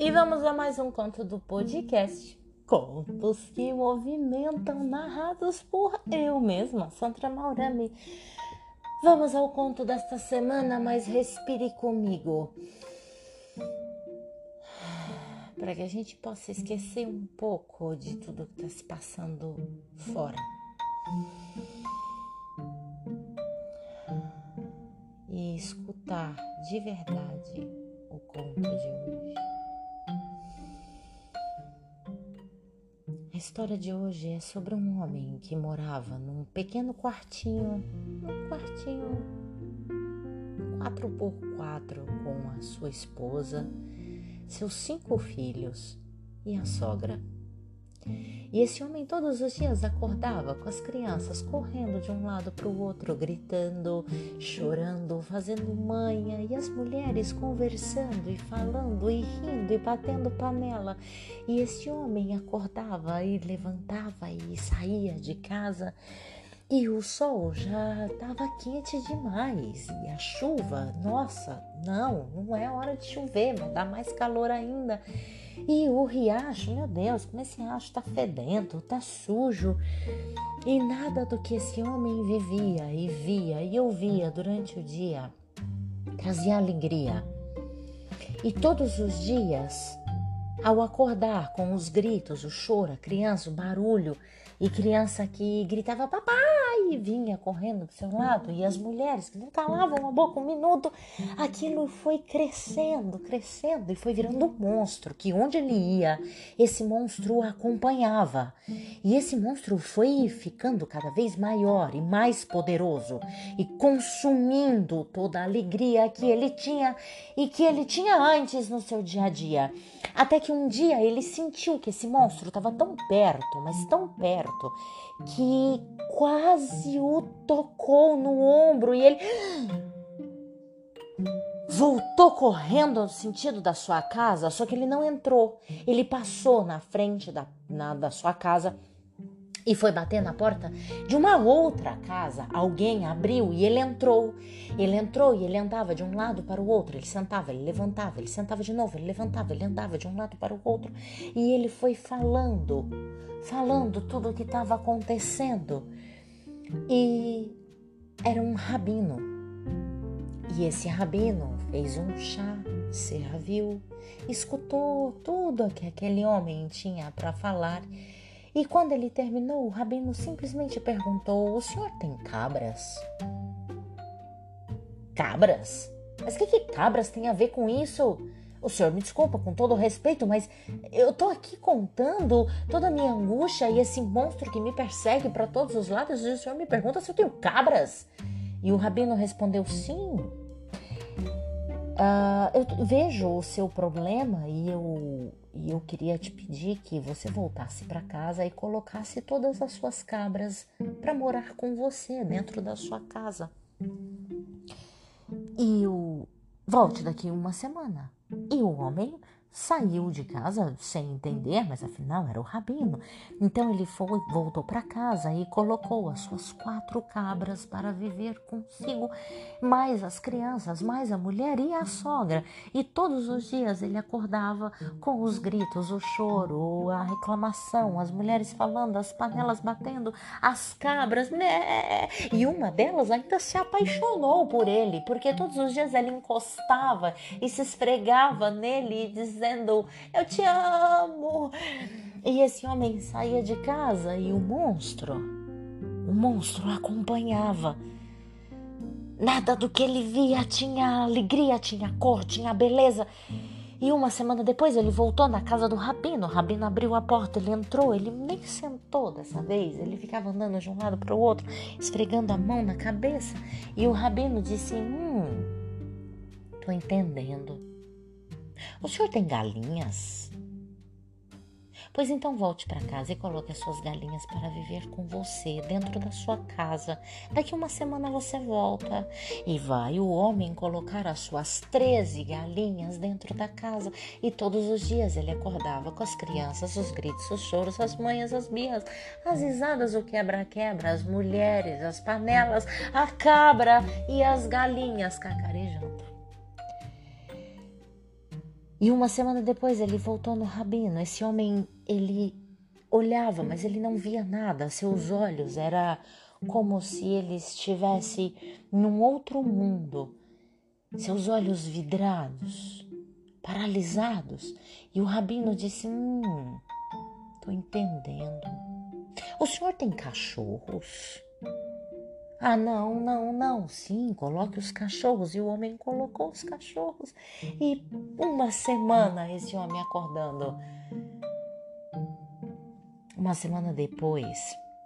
E vamos a mais um conto do podcast Contos que Movimentam, narrados por eu mesma, Sandra Maurami. Vamos ao conto desta semana, mas respire comigo, para que a gente possa esquecer um pouco de tudo que está se passando fora. E escutar de verdade o conto de hoje. A história de hoje é sobre um homem que morava num pequeno quartinho 4x4 com a sua esposa, seus 5 filhos e a sogra. E esse homem todos os dias acordava com as crianças correndo de um lado para o outro, gritando, chorando, fazendo manha, e as mulheres conversando e falando e rindo e batendo panela. E esse homem acordava e levantava e saía de casa, e o sol já estava quente demais, e a chuva, nossa, não é hora de chover, vai dar mais calor ainda. E o riacho, meu Deus, como esse riacho tá fedendo, tá sujo. E nada do que esse homem vivia e via e ouvia durante o dia trazia alegria. E todos os dias, ao acordar com os gritos, o choro, a criança, o barulho, e criança que gritava papai e vinha correndo do seu lado, e as mulheres que não calavam a boca um minuto, aquilo foi crescendo e foi virando um monstro, que onde ele ia, esse monstro o acompanhava, e esse monstro foi ficando cada vez maior e mais poderoso, e consumindo toda a alegria que ele tinha e que ele tinha antes no seu dia a dia, até que um dia ele sentiu que esse monstro estava tão perto, mas tão perto, que quase o tocou no ombro, e ele voltou correndo no sentido da sua casa, só que ele não entrou. Ele passou na frente da sua casa e foi bater na porta de uma outra casa. Alguém abriu e ele entrou. Ele entrou e ele andava de um lado para o outro. Ele sentava, ele levantava, ele sentava de novo, ele levantava, ele andava de um lado para o outro. E ele foi falando tudo o que estava acontecendo. E era um rabino. E esse rabino fez um chá, serviu, escutou tudo o que aquele homem tinha para falar. E quando ele terminou, o rabino simplesmente perguntou: o senhor tem cabras? Cabras? Mas o que cabras tem a ver com isso? O senhor me desculpa, com todo o respeito, mas eu tô aqui contando toda a minha angústia e esse monstro que me persegue para todos os lados, e o senhor me pergunta se eu tenho cabras? E o rabino respondeu: sim. Eu vejo o seu problema e eu queria te pedir que você voltasse para casa e colocasse todas as suas cabras para morar com você dentro da sua casa. E volte daqui uma semana. E o homem saiu de casa sem entender, mas afinal era o rabino. Então ele voltou para casa e colocou as suas 4 cabras para viver consigo, mais as crianças, mais a mulher e a sogra. E todos os dias ele acordava com os gritos, o choro, a reclamação, as mulheres falando, as panelas batendo, as cabras, né? E uma delas ainda se apaixonou por ele, porque todos os dias ela encostava e se esfregava nele, dizendo: eu te amo. E esse homem saía de casa e o monstro acompanhava. Nada do que ele via tinha alegria, tinha cor, tinha beleza. E uma semana depois ele voltou na casa do rabino. O rabino abriu a porta, ele entrou, ele nem sentou dessa vez. Ele ficava andando de um lado para o outro, esfregando a mão na cabeça. E o rabino disse: tô entendendo. O senhor tem galinhas? Pois então volte para casa e coloque as suas galinhas para viver com você dentro da sua casa. Daqui uma semana você volta. E vai o homem colocar as suas 13 galinhas dentro da casa. E todos os dias ele acordava com as crianças, os gritos, os choros, as manhas, as birras, as risadas, o quebra-quebra, as mulheres, as panelas, a cabra e as galinhas cacarejando. E uma semana depois ele voltou no rabino. Esse homem, ele olhava, mas ele não via nada. Seus olhos era como se ele estivesse num outro mundo. Seus olhos vidrados, paralisados. E o rabino disse, tô entendendo. O senhor tem cachorros? Ah, não. Sim, coloque os cachorros. E o homem colocou os cachorros. E uma semana esse homem acordando. Uma semana depois,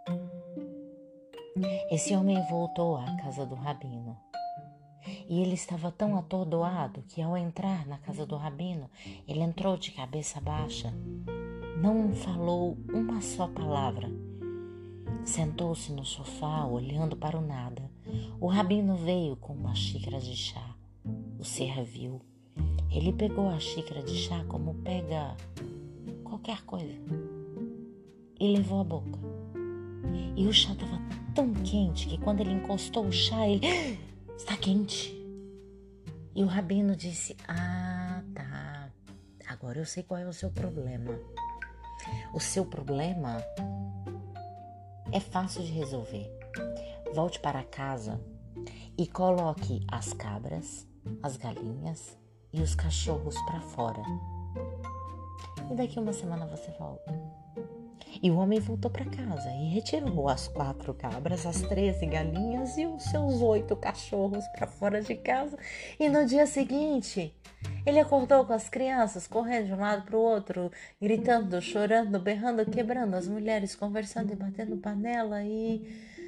esse homem voltou à casa do rabino. E ele estava tão atordoado que ao entrar na casa do rabino, ele entrou de cabeça baixa. Não falou uma só palavra. Sentou-se no sofá, olhando para o nada. O rabino veio com uma xícara de chá. O serviu. Ele pegou a xícara de chá como pega qualquer coisa e levou à boca. E o chá estava tão quente que quando ele encostou o chá, ele... Está quente. E o rabino disse, tá. Agora eu sei qual é o seu problema. O seu problema é fácil de resolver. Volte para casa e coloque as cabras, as galinhas e os cachorros para fora. E daqui uma semana você volta. E o homem voltou para casa e retirou as 4 cabras, as 13 galinhas e os seus 8 cachorros para fora de casa. E no dia seguinte, ele acordou com as crianças correndo de um lado para o outro, gritando, chorando, berrando, quebrando, as mulheres conversando e batendo panela e...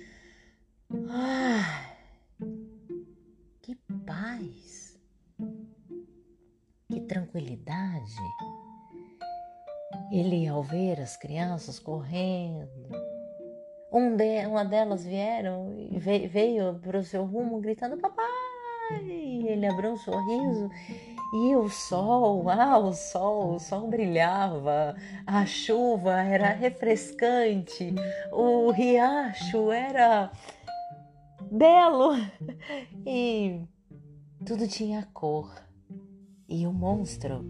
que paz, que tranquilidade. Ele, ao ver as crianças correndo, uma delas veio para o seu rumo gritando, papai! Ele abriu um sorriso e o sol brilhava, a chuva era refrescante, o riacho era belo e tudo tinha cor. E o monstro,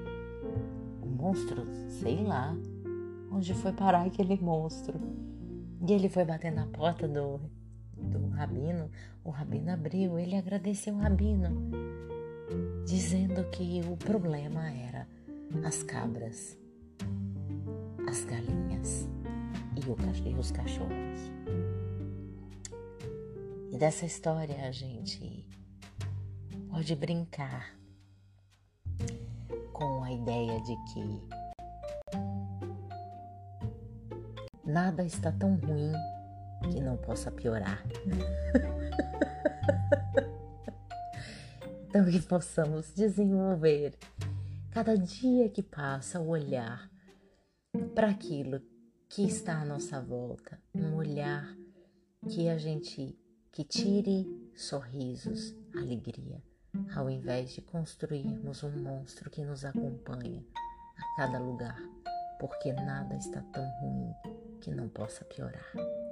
sei lá onde foi parar aquele monstro. E ele foi bater na porta do rabino. O rabino abriu, ele agradeceu o rabino, dizendo que o problema era as cabras, as galinhas e os cachorros. E dessa história a gente pode brincar com a ideia de que nada está tão ruim que não possa piorar. Então que possamos desenvolver cada dia que passa o olhar para aquilo que está à nossa volta, um olhar que tire sorrisos, alegria, ao invés de construirmos um monstro que nos acompanha a cada lugar, porque nada está tão ruim que não possa piorar.